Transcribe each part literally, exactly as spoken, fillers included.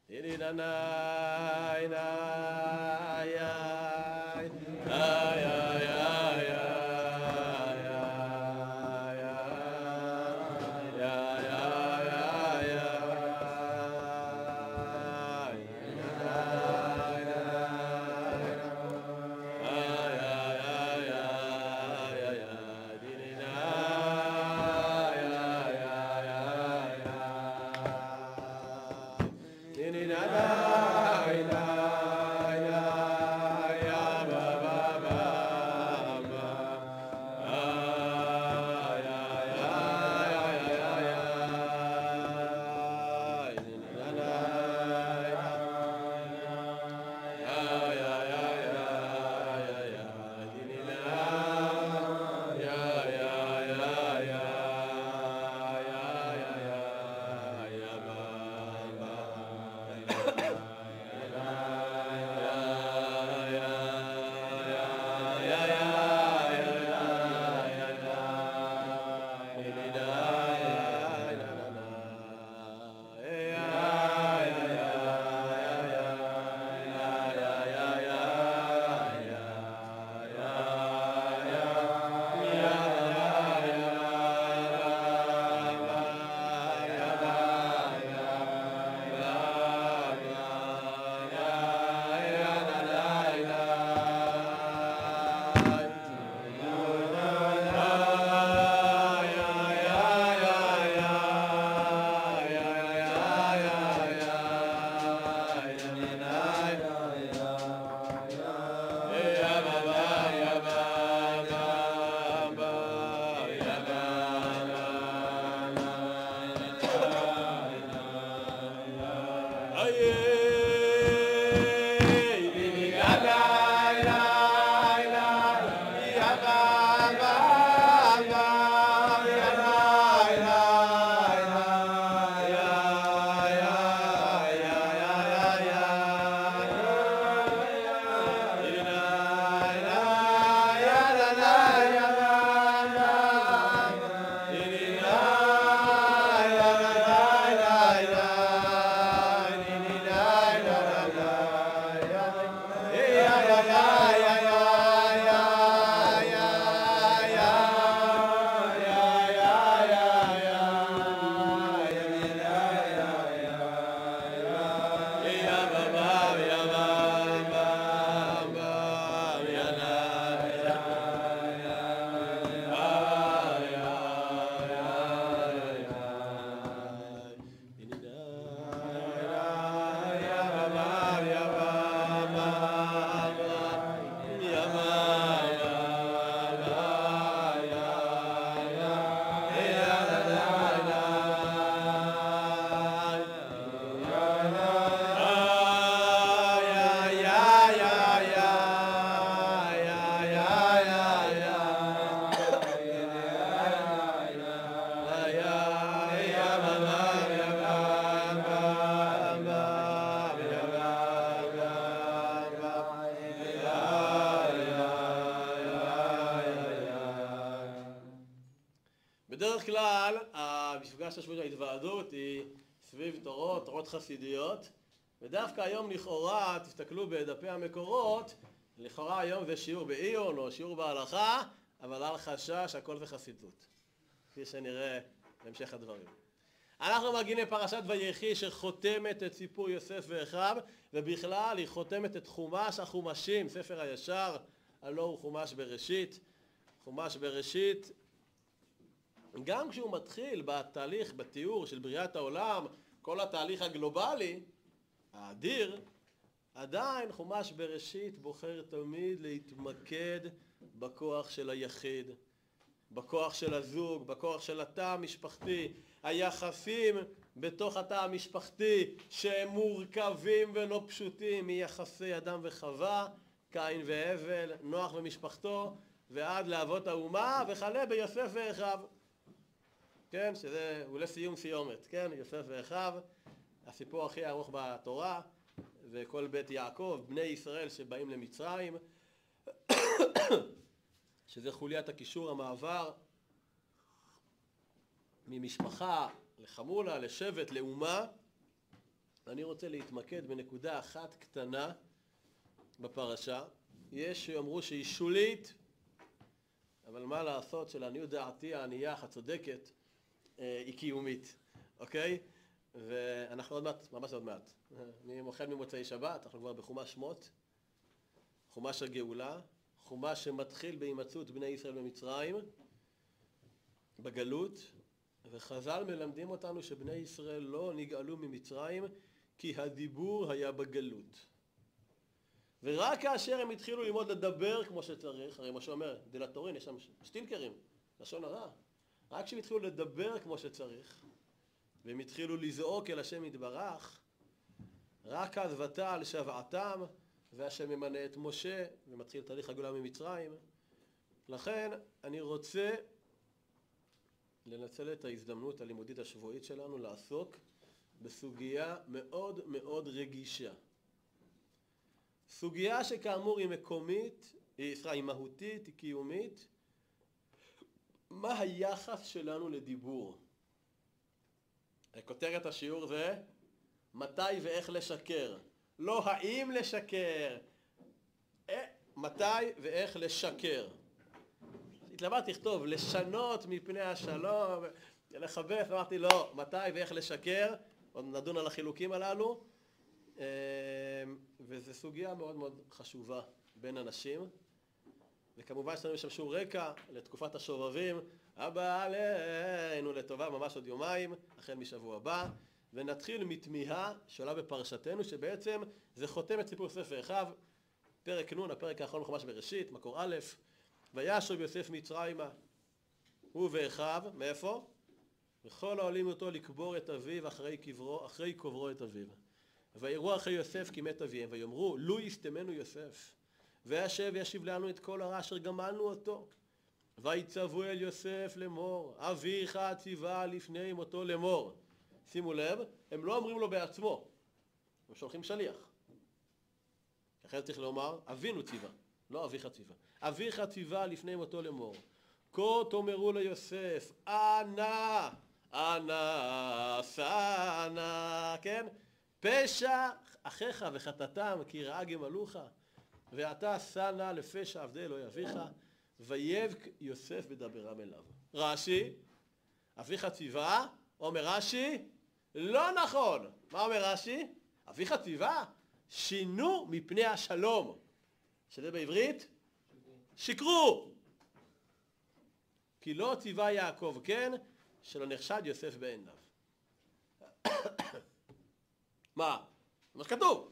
בדרך כלל המפגש השבועי ההתוועדות היא סביב תורות, תורות חסידיות, ודווקא היום לכאורה, תסתכלו בדפי המקורות, לכאורה היום זה שיעור בעיון או שיעור בהלכה, אבל אל חשש, הכל זה חסידות, כפי שנראה בהמשך הדברים. אנחנו מגיעים לפרשת ויחי שחותמת את סיפור יוסף ואחיו, ובכלל היא חותמת את חומש החומשים, ספר הישר, הלא הוא חומש בראשית. חומש בראשית, גם כשהוא מתחיל בתהליך, בתיאור של בריאת העולם, כל התהליך הגלובלי, האדיר, עדיין חומש בראשית בוחר תמיד להתמקד בכוח של היחיד, בכוח של הזוג, בכוח של התא המשפחתי, היחסים בתוך התא המשפחתי שהם מורכבים ולא פשוטים מיחסי אדם וחווה, קין והבל, נוח ומשפחתו, ועד לאבות האומה וכלה ביוסף ואחיו. כן, שזה אולי סיום סיומת, כן, יוסף ואחיו, הסיפור הכי ארוך בתורה, וכל בית יעקב, בני ישראל שבאים למצרים, שזה חוליית הקישור, המעבר ממשפחה לחמולה, לשבט, לאומה, אני רוצה להתמקד בנקודה אחת קטנה בפרשה. יש שיאמרו שהיא שולית, אבל מה לעשות שלעניות דעתי הענייה הצודקת היא קיומית, אוקיי? ואנחנו עוד מעט, ממש עוד מעט. אני מוחל ממוצאי שבת, אנחנו כבר בחומש שמות, חומש הגאולה, חומש שמתחיל בהימצאות בני ישראל במצרים, בגלות, וחז"ל מלמדים אותנו שבני ישראל לא נגאלו ממצרים כי הדיבור היה בגלות. ורק כאשר הם התחילו ללמוד לדבר כמו שצריך, הרי משה אומר, דלתורין, יש שם שטינקרים, לשון הרע, רק כשהם התחילו לדבר כמו שצריך, והם התחילו לזעוק אל השם יתברך, רק אז ותעל שוועתם, והשם ממנה את משה, ומתחיל תהליך הגאולה ממצרים. לכן אני רוצה לנצל את ההזדמנות הלימודית השבועית שלנו לעסוק בסוגיה מאוד מאוד רגישה. סוגיה שכאמור היא מקומית, היא, היא מהותית, היא קיומית. מה היחס שלנו לדיבור? כותרת השיעור זה מתי ואיך לשקר. לא האם לשקר, אה, מתי ואיך לשקר. התלבטתי לכתוב לשנות מפני השלום, לחבף, אמרתי לא, מתי ואיך לשקר, עוד נדון על החילוקים הללו, וזו סוגיה מאוד מאוד חשובה בין אנשים, וכמובן יש לנו שם שיעור רקע לתקופת השובבים, הבא עלינו לטובה ממש עוד יומיים, החל משבוע הבא, ונתחיל מתמיהה שעולה בפרשתנו, שבעצם זה חותם את סיפור ספר אחיו, פרק נ', הפרק האחרון בחומש בראשית, מקור א', וישוב יוסף מצרימה, הוא ואחיו, מאיפה? וכל העולים אותו לקבור את אביו אחרי קברו, אחרי קוברו את אביו. ויראו אחרי יוסף כי מת אביהם, ויאמרו, לו יסתמנו יוסף, וישב וישיב לנו את כל הרע אשר גמלנו אותו. ויצוו אל יוסף לאמור, אביך ציווה לפני מותו לאמור. שימו לב, הם לא אומרים לו בעצמו, הם שולחים שליח. אחרי זה צריך לומר, אבינו ציווה, לא אביך ציווה. אביך ציווה לפני מותו לאמור. כה תאמרו ליוסף, אנא, אנא, סענה, כן? פשע אחיך וחטאתם כי רעה גמלוך, ואתה סענה לפשע עבדי אלוהי אביך, ויבק יוסף בדברם אליו. רש"י, אביך ציווה, אומר רש"י, לא נכון. מה אומר רש"י? אביך ציווה, שינו מפני השלום. שזה בעברית? שקרו. כי לא ציווה יעקב כן, שלא נחשד יוסף בעיניו. מה? מה שכתוב.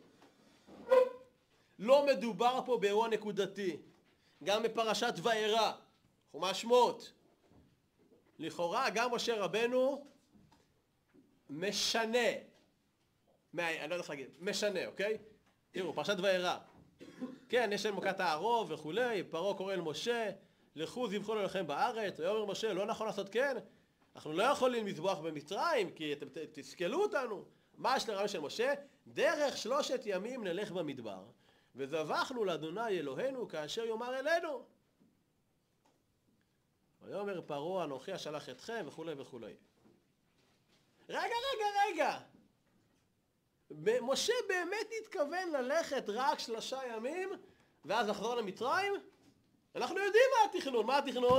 לא מדובר פה באירוע נקודתי. גם בפרשת וארא, חומש שמות. לכאורה גם משה רבנו משנה. אני לא יודע איך להגיד, משנה, אוקיי? תראו, פרשת וארא. כן, יש לנו מכת הערוב וכולי, פרעה קורא אל משה, לכו זבחו לכם בארץ, ויאמר משה, לא נכון לעשות כן? אנחנו לא יכולים לזבוח במצרים, כי אתם תסכלו אותנו. מה יש לרעיון של משה? דרך שלושת ימים נלך במדבר, וזבחנו לאדוני אלוהינו כאשר יאמר אלינו. ויאמר פרעה אנוכי אשלח אתכם וכולי וכולי. רגע, רגע, רגע. משה באמת התכוון ללכת רק שלושה ימים ואז לחזור למצרים? אנחנו יודעים מה התכנון. מה התכנון?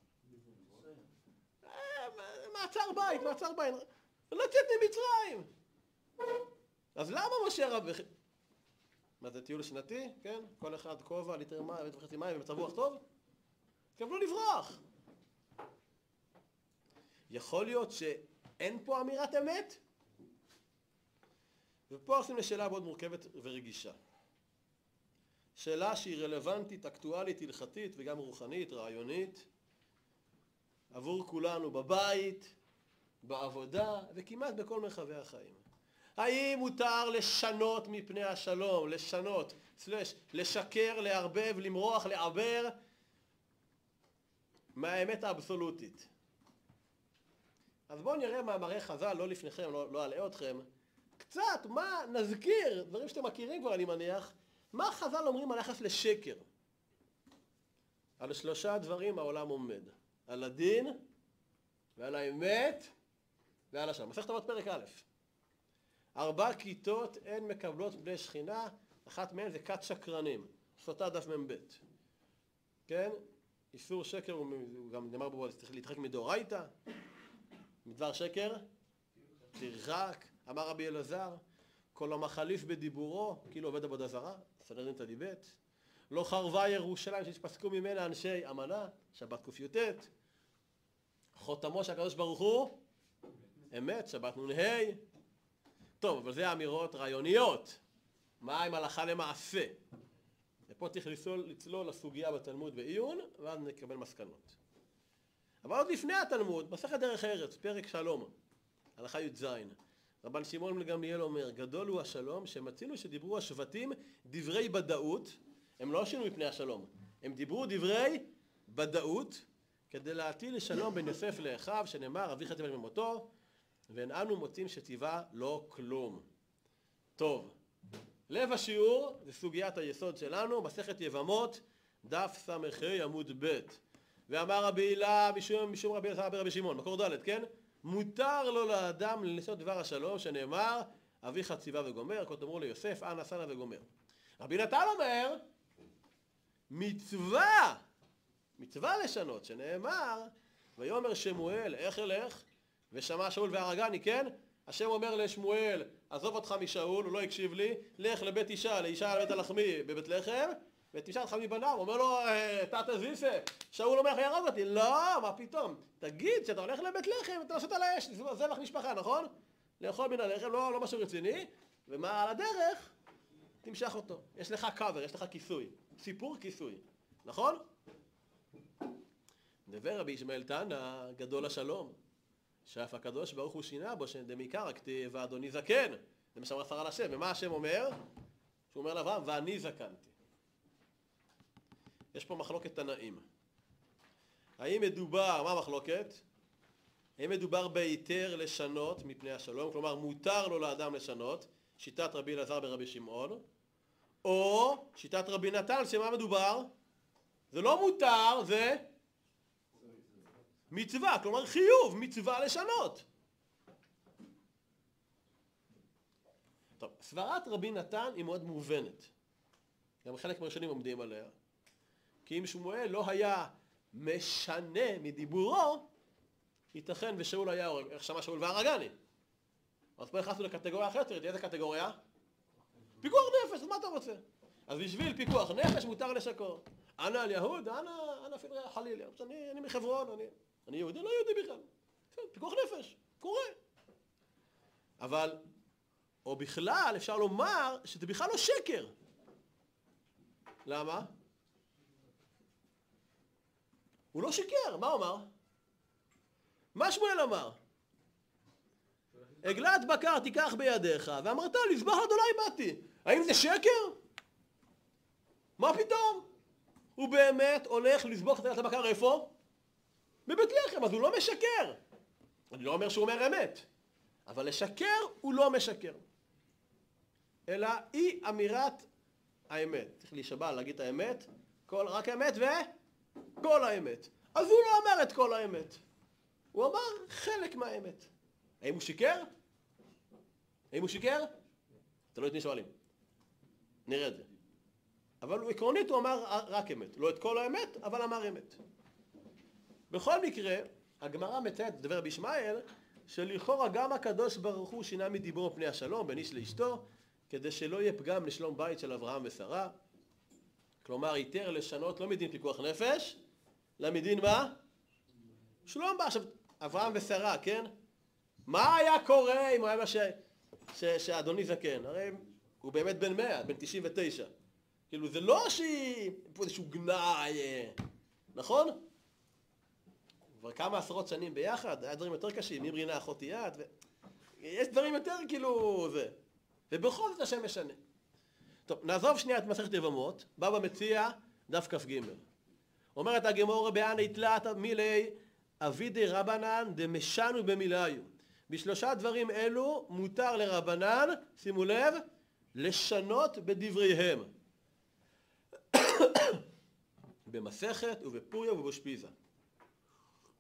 מעצר בית, מעצר בית. לצאת ממצרים. אז למה משה רב... מה זה טיול שנתי? כן? כל אחד כובע, ליטר מים, ליטר וחצי מים ומצב רוח טוב? התכוונו לברוח. יכול להיות שאין פה אמירת אמת? ופה עושים לשאלה מאוד מורכבת ורגישה. שאלה שהיא רלוונטית, אקטואלית, הלכתית וגם רוחנית, רעיונית, עבור כולנו בבית, בעבודה וכמעט בכל מרחבי החיים. האם מותר לשנות מפני השלום, לשנות, סלש, לשקר, לערבב, למרוח, לעבר, מהאמת האבסולוטית? אז בואו נראה מאמרי חז"ל, לא לפניכם, לא, לא אלאה אתכם, קצת, מה נזכיר, דברים שאתם מכירים כבר אני מניח, מה חז"ל אומרים על יחס לשקר? על שלושה דברים העולם עומד, על הדין ועל האמת ועל השלום. מסכת אבות פרק א'. ארבע כיתות הן מקבלות בני שכינה, אחת מהן זה כת שקרנים, סוטה דף מ"ב. כן? איסור שקר, הוא גם נאמר בו, צריך להתרחק מדאורייתא. מדבר שקר, תרחק. אמר רבי אלעזר, כל המחליף בדיבורו, כאילו עובד עבודה זרה, סנהדרין תדי"ב. לא חרבה ירושלים שהתפסקו ממנה אנשי אמנה, שבת ק"ט. חותמו של הקדוש ברוך הוא, אמת, שבת נ"ה. טוב, אבל זה אמירות רעיוניות. מה עם הלכה למעשה? ופה צריך לצלול, לצלול לסוגיה בתלמוד בעיון, ואז נקבל מסקנות. אבל עוד לפני התלמוד, מסכת דרך ארץ, פרק שלום, הלכה י"ז. רבן שמעון בן גמליאל אומר, גדול הוא השלום שמצינו שדיברו השבטים דברי בדאות, הם לא שינו מפני השלום, הם דיברו דברי בדאות, כדי להטיל לשלום בין יוסף לאחיו, שנאמר, אביך תיבא ממותו, ואין אנו מוצאים שציווה לא כלום. טוב, לב השיעור זה סוגיית היסוד שלנו, מסכת יבמות, דף ס"ה עמוד ב'. ואמר רבי הילה משום, משום רבי אלעזר ברבי שמעון, מקור ד', כן? מותר לו לאדם לנסות דבר השלום, שנאמר, אביך ציווה וגומר, כה תאמרו ליוסף, אנא סע נא וגומר. רבי נתן אומר, מצווה, מצווה לשנות, שנאמר, ויאמר שמואל, איך אלך? ושמע שאול והרגני, כן? השם אומר לשמואל, עזוב אותך משאול, הוא לא הקשיב לי, לך לבית אישה, לאישה על בית הלחמי בבית לחם, ואת אישה הלחמי בניו, הוא אומר לו, תתא זיסא, שאול אומר לך יהרוג אותי, לא, מה פתאום? תגיד שאתה הולך לבית לחם, אתה נוסעת על האש, זה לך משפחה, נכון? לאכול מן הלחם, לא, לא משהו רציני, ומה על הדרך? תמשך אותו, יש לך קאבר, יש לך כיסוי, סיפור כיסוי, נכון? דבר רבי ישמעאל תנא, גדול השלום, שאף הקדוש ברוך הוא שינה בו, שדמעיקרא כתיב ואדוני זקן, זה מה שאמר שרה על השם, ומה השם אומר? שהוא אומר לאברהם, ואני זקנתי. יש פה מחלוקת תנאים. האם מדובר, מה המחלוקת? האם מדובר בהיתר לשנות מפני השלום, כלומר מותר לו לאדם לשנות, שיטת רבי אלעזר ברבי שמעון, או שיטת רבי נתן, שמה מדובר? זה לא מותר, זה מצווה, כלומר חיוב, מצווה לשנות. טוב, סברת רבי נתן היא מאוד מובנת. גם חלק מהראשונים עומדים עליה. כי אם שמואל לא היה משנה מדיבורו, ייתכן ושאול היה הורג, איך שמע שאול והרגני. אז פה נכנסנו לקטגוריה אחרת, תראי, איזה קטגוריה? פיקוח נפש, אז מה אתה רוצה? אז בשביל פיקוח נפש מותר לשקור. אנא על יהוד, אנא, אנא פדריה חלילי. אני, אני מחברון, אני, אני יהודי, לא יהודי בכלל. פיקוח נפש, קורה. אבל, או בכלל, אפשר לומר שזה בכלל לא שקר. למה? הוא לא שיקר, מה הוא אמר? מה שמואל אמר? עגלת בקר תיקח בידיך, ואמרת לזבח לאדוני באתי. האם זה שקר? מה פתאום? הוא באמת הולך לזבוח את עגלת הבקר איפה? בבית לחם, אז הוא לא משקר. אני לא אומר שהוא אומר אמת, אבל לשקר הוא לא משקר. אלא אי אמירת האמת. צריך להישבע להגיד את האמת, כל, רק האמת וכל האמת. אז הוא לא אמר את כל האמת. הוא אמר חלק מהאמת. האם הוא שיקר? האם הוא שיקר? תלוי את מי שואלים. נראה את זה. אבל הוא עקרונית הוא אמר רק אמת. לא את כל האמת, אבל אמר אמת. בכל מקרה, הגמרא מציינת, דבר רבי ישמעאל, שלכאורה גם הקדוש ברוך הוא שינה מדיבורו פני השלום בין איש לאשתו, כדי שלא יהיה פגם לשלום בית של אברהם ושרה. כלומר, היתר לשנות לא מדין פיקוח נפש, אלא מדין מה? שלום בית. עכשיו, אברהם ושרה, כן? מה היה קורה אם הוא היה ש... ש... שאדוני זקן? הרי הוא באמת בן מאה, בן תשעים ותשע. כאילו, זה לא שהיא פה איזשהו גנאי, נכון? כבר כמה עשרות שנים ביחד, היה דברים יותר קשים, מי ברינה אחותי יד, ו... יש דברים יותר כאילו זה. ובכל זאת השם משנה. טוב, נעזוב שנייה את מסכת יבמות, בא במציע דף כ"ג. אומרת הגמרא בהני תלת מילי אבידי רבנן דמשנו במיליו. בשלושה דברים אלו מותר לרבנן, שימו לב, לשנות בדבריהם. במסכת ובפוריה ובאושפיזא.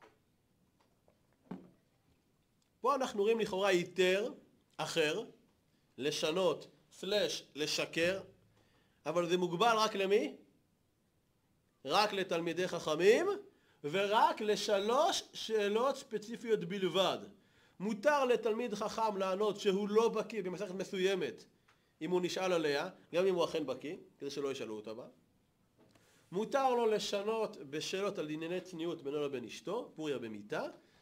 פה אנחנו רואים לכאורה היתר אחר, לשנות, סלש, לשקר, אבל זה מוגבל רק למי? רק לתלמידי חכמים, ורק לשלוש שאלות ספציפיות בלבד. מותר לתלמיד חכם לענות שהוא לא בקיא במסכת מסוימת, אם הוא נשאל עליה, גם אם הוא אכן בקיא, כדי שלא ישאלו אותה בה. מותר לו לשנות בשאלות על ענייני צניעות בינו לבין אשתו, פוריה במיתה,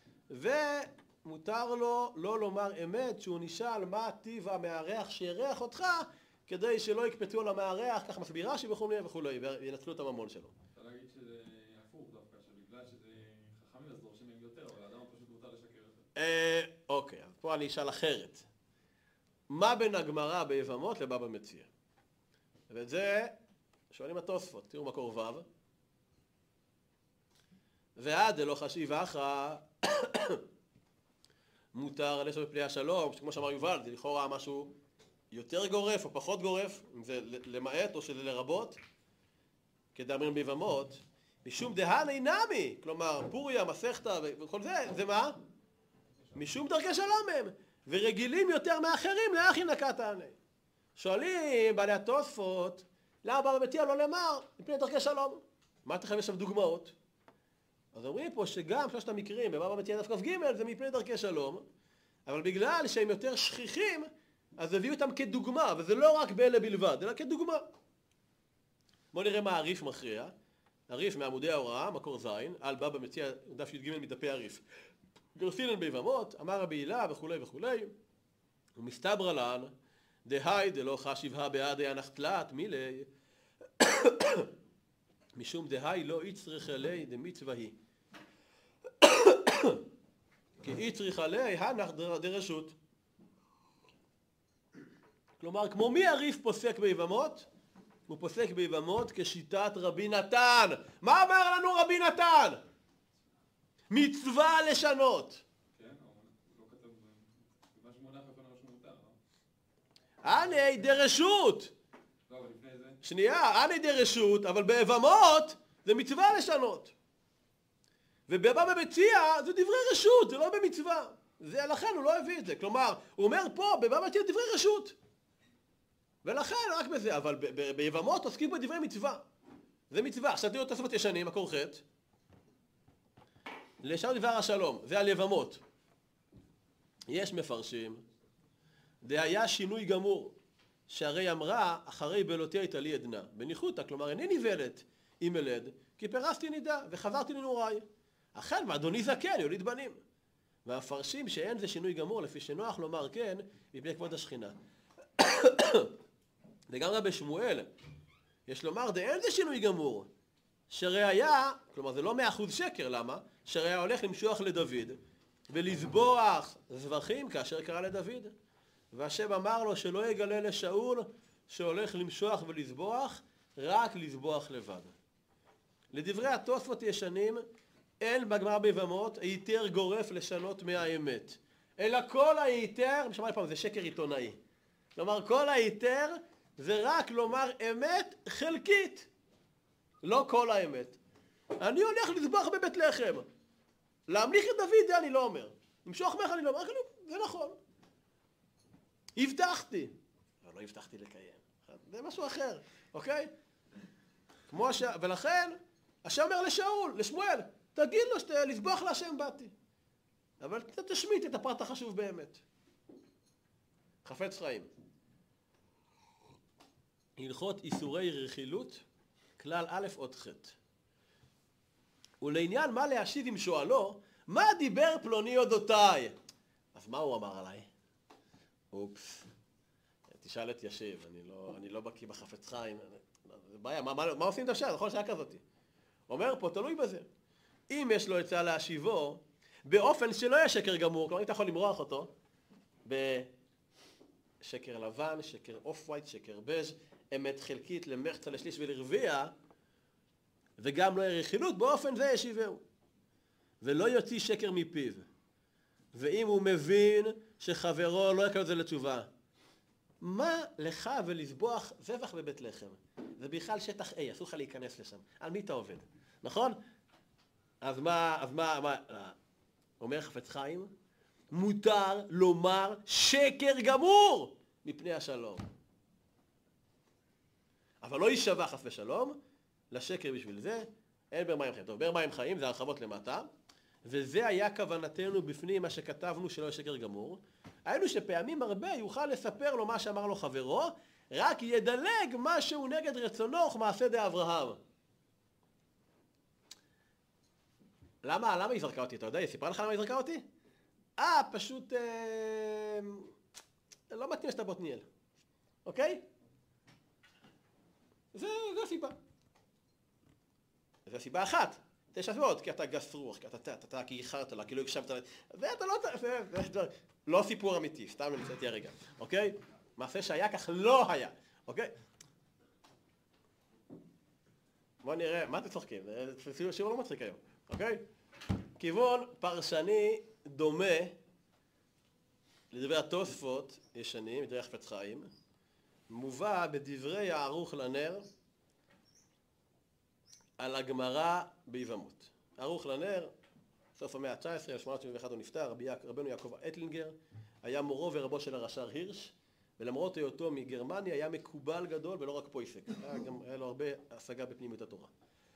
ומותר לו לא לומר אמת שהוא נשאל מה טיב המארח שירח אותך, כדי שלא יקפצו על המארח, כך מסבירה שבכו וכו' וינצלו את הממון שלו. אפשר להגיד שזה הפוך דווקא, שבגלל שזה חכמים אז דורשים מהם יותר, אבל האדם פשוט מותר לשקר יותר. אוקיי, אז פה אני אשאל אחרת. מה בין הגמרא ביבמות לבבא מציעא? ואת זה שואלים התוספות, תראו מקור ו' ועד דלא חשיב אחא מותר לשאול בפני השלום, כמו שאמר יובל, זה לכאורה משהו יותר גורף או פחות גורף, אם זה למעט או שזה לרבות, כדאמרין ביבמות, משום דהני נמי, כלומר פוריה, מסכתא וכל זה, זה מה? משום דרכי שלום הם, ורגילים יותר מאחרים לאחי נקת העני. שואלים בעלי התוספות, למה בבא מציעא לא למר מפני דרכי שלום? מה תכף יש שם דוגמאות? אז אומרים פה שגם שלושת המקרים בבבא מציעא דף כ"ג זה מפני דרכי שלום, אבל בגלל שהם יותר שכיחים, אז הביאו אותם כדוגמה, וזה לא רק באלה בלבד, אלא כדוגמה. בואו נראה מה הריף מכריע. הריף מעמודי ההוראה, מקור ז', על בבא מציעא דף י"ג מדפי הריף. גרסינן ביבמות, אמר רבי הילה וכולי וכולי, ומסתברא לן, דהי דלא חשיבה בעדי הנחתלת מילי, משום דהי לא יצריך עלי דמצווה היא. כי יצריך עלי הנח דרשות. כלומר, כמו מי הריף פוסק ביבמות? הוא פוסק ביבמות כשיטת רבי נתן. מה אמר לנו רבי נתן? מצווה לשנות. כן, לא כתב, מה שמונח לפנינו שמותר, לא? אני דרשות. לא, אבל לפני זה... שנייה, אני דרשות, אבל ביבמות זה מצווה לשנות. ובבבא מציעא זה דברי רשות, זה לא במצווה. זה לכן הוא לא הביא את זה. כלומר, הוא אומר פה, בבבא מציעא דברי רשות. ולכן רק בזה, אבל ביבמות עוסקים בדברי מצווה. זה מצווה. עכשיו תראו תוספות ישנים, מקור ח' לשאר דבר השלום, זה על יבמות. יש מפרשים, דהיה שינוי גמור, שהרי אמרה, אחרי בלותי הייתה לי עדנה, בניחותא, כלומר איני ניוולת עם ילד, כי פרסתי נידה וחזרתי לנעוריי. אכן, ואדוני זקן, יוליד בנים. והמפרשים שאין זה שינוי גמור, לפי שנוח לומר כן, מפני כבוד השכינה. וגם רבי שמואל, יש לומר, דאין זה שינוי גמור, שראיה, כלומר זה לא מאה אחוז שקר, למה? שראיה הולך למשוח לדוד, ולזבוח זבחים כאשר קרא לדוד. והשם אמר לו שלא יגלה לשאול שהולך למשוח ולזבוח, רק לזבוח לבד. לדברי התוספות ישנים, אין בגמרא ביבמות היתר גורף לשנות מהאמת. אלא כל היתר, משמע פעם, זה שקר עיתונאי. כלומר, כל היתר זה רק לומר אמת חלקית. לא כל האמת. אני הולך לזבוח בבית לחם. להמליך את דוד זה אני לא אומר. למשוח ממך אני לא אומר, זה נכון. הבטחתי. אבל לא הבטחתי לקיים. זה משהו אחר, אוקיי? כמו ש... ולכן, השם אומר לשאול, לשמואל, תגיד לו שלזבוח להשם באתי. אבל תשמיט את הפרט החשוב באמת. חפץ חיים. הלכות איסורי רכילות, כלל א' עוד ח'. ולעניין מה להשיב עם שואלו, מה דיבר פלוני אודותיי? אז מה הוא אמר עליי? אופס. תשאל את ישיב, אני לא, אני לא בקיא בחפץ חיים. זה בעיה, מה, מה, מה עושים את השאלה? נכון שהיה כזאת. אומר פה, תלוי בזה. אם יש לו עצה להשיבו, באופן שלא יהיה שקר גמור, כלומר אם אתה יכול למרוח אותו, בשקר לבן, שקר אוף ווייט, שקר בז', אמת חלקית למחצה לשליש ולרביע, וגם לא יהיה רכילות, באופן זה ישיבהו. ולא יוציא שקר מפיו. ואם הוא מבין שחברו לא יקבל את זה לתשובה, מה לך ולזבוח זבח בבית לחם? זה בכלל שטח A, אסור לך להיכנס לשם. על מי אתה עובד? נכון? אז מה, אז מה, מה, אומר חפץ חיים? מותר לומר שקר גמור. מפני השלום. אבל לא יישבע חס ושלום לשקר בשביל זה. אין בר מים חיים. טוב, בר מים חיים זה הרחבות למטה, וזה היה כוונתנו בפנים מה שכתבנו שלא שקר גמור. היינו שפעמים הרבה יוכל לספר לו מה שאמר לו חברו, רק ידלג משהו נגד רצונו ומעשה דה אברהם. למה? למה היא זרקה אותי? אתה יודע, היא סיפרה לך למה היא זרקה אותי? אה, פשוט אה, לא מתאים שאתה בוטניאל, אוקיי? זה, זה הסיבה. זה הסיבה אחת. תשע סיבות, כי אתה גס רוח, כי אתה, אתה, אתה, כי איחרת לה, כי לא הקשבת לה. זה אתה לא, זה, זה, זה לא סיפור אמיתי, סתם נמצאתי הרגע, אוקיי? מעשה שהיה כך לא היה, אוקיי? בוא נראה, מה אתם צוחקים? זה שיעור לא מצחיק היום, אוקיי? כיוון פרשני דומה לדברי התוספות ישנים, מדברי החפץ חיים, מובא בדברי הערוך לנר על הגמרא ביבמות. ערוך לנר, סוף המאה ה-תשע עשרה, אלף שמונה מאות שבעים ואחת הוא נפטר, רבי, רבנו יעקב אטלינגר, היה מורו ורבו של הרש"ר הירש, ולמרות היותו מגרמניה היה מקובל גדול ולא רק פויסק, היה, גם, היה לו הרבה השגה בפנימיות התורה.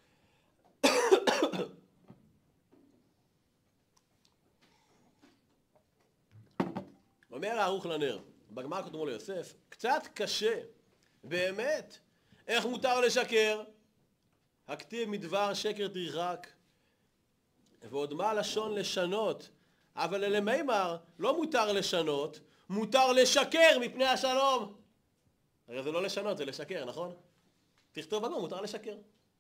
אומר הערוך לנר, בגמרא כתוב ליוסף, קצת קשה, באמת, איך מותר לשקר? הכתיב מדבר שקר תרחק, ועוד מה לשון לשנות, אבל למימר לא מותר לשנות, מותר לשקר מפני השלום. הרי זה לא לשנות, זה לשקר, נכון? תכתוב בנו, מותר לשקר.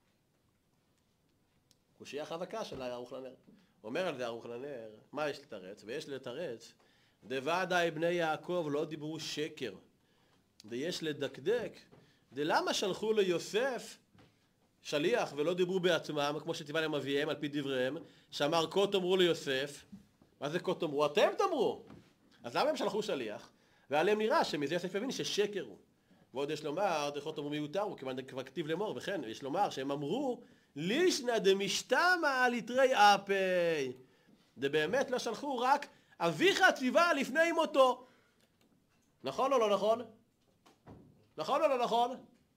קושיה חזקה של הערוך לנר. אומר על זה הערוך לנר, מה יש לתרץ? ויש לתרץ, דוודאי בני יעקב לא דיברו שקר, ויש לדקדק, דלמה שלחו ליוסף שליח ולא דיברו בעצמם, כמו שציווה להם אביהם על פי דבריהם, שאמר כה תאמרו ליוסף. מה זה כה תאמרו? אתם תאמרו. אז למה הם שלחו שליח? ועליהם נראה שמזה יוסף הבין ששקר הוא. ועוד יש לומר, דרכו תאמרו מיותר הוא, כיוון כבר כתיב לאמור, וכן יש לומר שהם אמרו לישנא דמשתמע על יתרי אפי. דבאמת לא שלחו, רק אביך ציווה לפני מותו. נכון או לא נכון? נכון או לא נכון?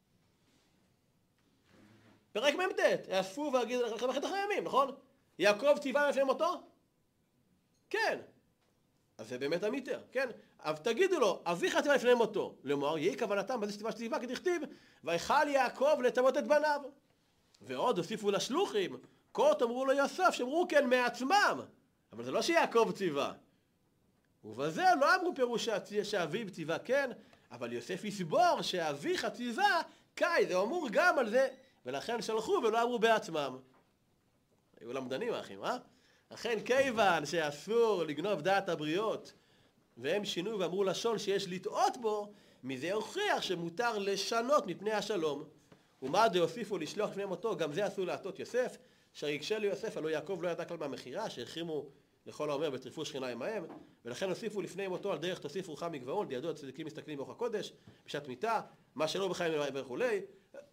פרק מ"ט, יאספו והגידו לכם אחרי הימים, נכון? יעקב ציווה לפני מותו? כן. אז זה באמת אמיתי, כן? אבל תגידו לו, אביך ציווה לפני מותו. לאמור, יהי כוונתם בזה שציווה שציווה כדכתיב, ויכל יעקב לצוות את בניו. ועוד הוסיפו לשלוחים, כה תאמרו לו יוסף, שאמרו כן מעצמם. אבל זה לא שיעקב ציווה. ובזה לא אמרו פירוש שאביו ציווה כן, אבל יוסף יסבור שאביך ציווה, קאי, זה אמור גם על זה. ולכן שלחו ולא אמרו בעצמם. היו למדנים האחים, אה? לכן כיוון שאסור לגנוב דעת הבריות, והם שינו ואמרו לשון שיש לטעות בו, מזה הוכיח שמותר לשנות מפני השלום. ומה דהוסיפו לשלוח לפני מותו, גם זה אסור להטות יוסף, שיקשה ליוסף, הלא יעקב לא ידע כלל מהמחירה, שהחרימו לכל האומר וטריפו שכינה עמהם, ולכן הוסיפו לפני מותו על דרך תוסיף רוחה מגבעון, דידו הצדיקים מסתכלים ברוך הקודש, בשעת מיתה, מה שלא בחיים וכולי.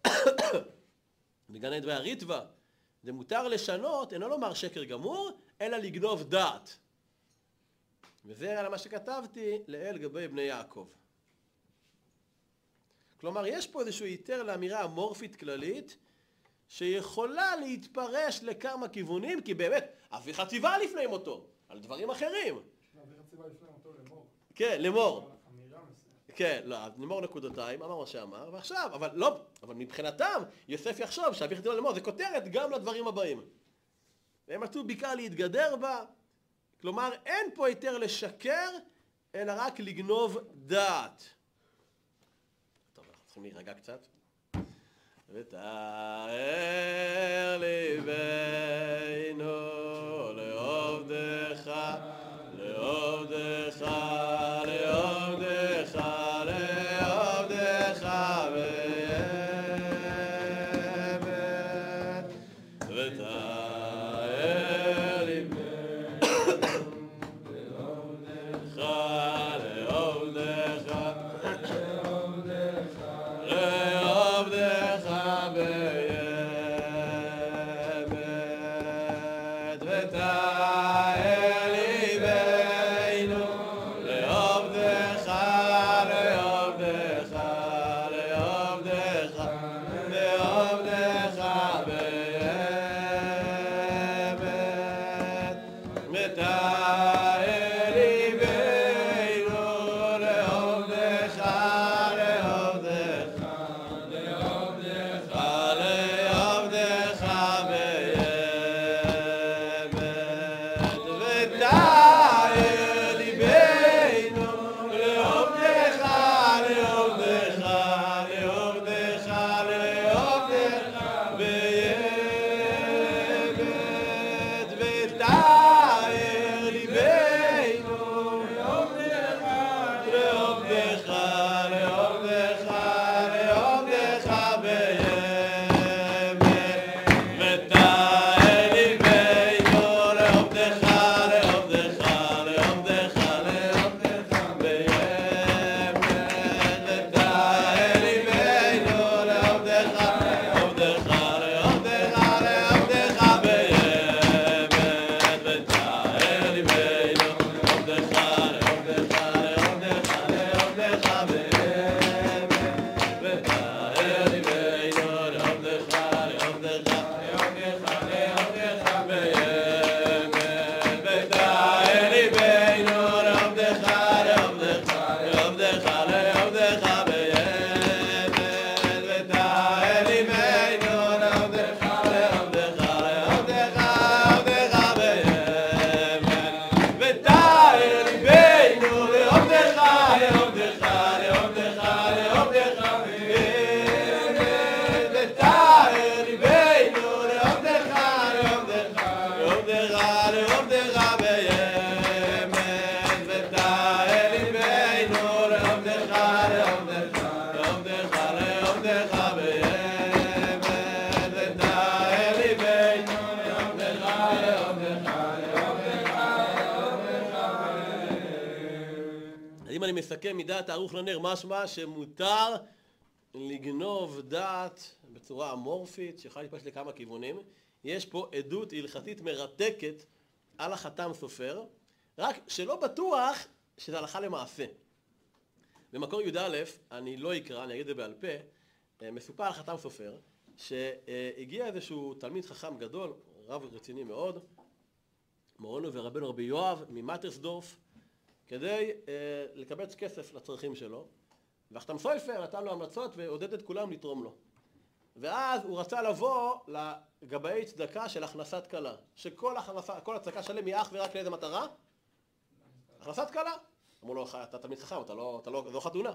בגני דברי הריטב"א, זה מותר לשנות, אינו לומר שקר גמור, אלא לגנוב דעת. וזה על מה שכתבתי לאל גבי בני יעקב. כלומר, יש פה איזשהו היתר לאמירה אמורפית כללית, שיכולה להתפרש לכמה כיוונים, כי באמת, אביך ציווה לפני מותו, על דברים אחרים. אביך ציווה לפני מותו לאמור. כן, לאמור. אמירה מסוימת. כן, לא, לאמור נקודתיים, אמר מה שאמר, ועכשיו, אבל לא, אבל מבחינתם, יוסף יחשוב שאביך ציווה לאמור, זה כותרת גם לדברים הבאים. והם מצאו בעיקר להתגדר בה, כלומר, אין פה היתר לשקר, אלא רק לגנוב דעת. טוב, אנחנו צריכים להירגע קצת. ותאר ליבנו לעובדך, לעובדך, לעובדך, לעובדך באמת. ותאר ליבנו לעובדך, לעובדך, לעובדך באמת. ותאר ליבנו לעובדך, מסכם מדעת הערוך לנר, משמע שמותר לגנוב דעת בצורה אמורפית שיכולה להתפשט לכמה כיוונים. יש פה עדות הלכתית מרתקת על החתם סופר, רק שלא בטוח שזה הלכה למעשה. במקור י"א, אני לא אקרא, אני אגיד את זה בעל פה, מסופר על חתם סופר שהגיע איזשהו תלמיד חכם גדול, רב רציני מאוד, מורנו ורבנו רבי יואב ממטרסדורף, כדי אה, לקבץ כסף לצרכים שלו, והחתם סופר נתן לו המלצות ועודד את כולם לתרום לו. ואז הוא רצה לבוא לגבאי צדקה של הכנסת כלה, שכל הכנסה, כל הצדקה שלהם היא אך ורק לאיזה מטרה? הכנסת כלה. אמרו לו, אתה תלמיד חכם, אתה לא, אתה לא, לא חתונה.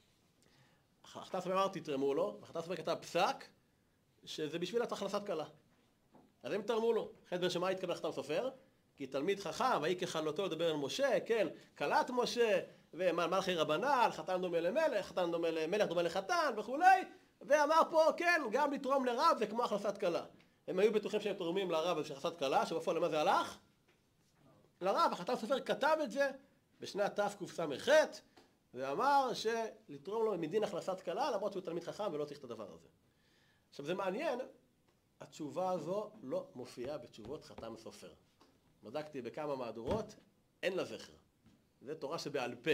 החתם סופר אמר, תתרמו לו, והחתם סופר כתב פסק שזה בשביל הכנסת כלה. אז הם תרמו לו. חטא שמה התקבל החתם סופר? כי תלמיד חכם, ויהי ככלותו לדבר על משה, כן, כלת משה, ומלכי רבנן, חתן דומה למלך, חתן דומה למלך, דומה לחתן וכולי, ואמר פה, כן, גם לתרום לרב זה כמו הכנסת כלה. הם היו בטוחים שהם תורמים לרב בשביל הכנסת כלה, שבפועל למה זה הלך? לרב. החתם סופר כתב את זה בשנת תקס"ח, ואמר שלתרום לו מדין הכנסת כלה, למרות שהוא תלמיד חכם ולא צריך את הדבר הזה. עכשיו זה מעניין, התשובה הזו לא מופיעה בתשובות חתם סופר. בדקתי בכמה מהדורות, אין לה זכר. זה תורה שבעל פה.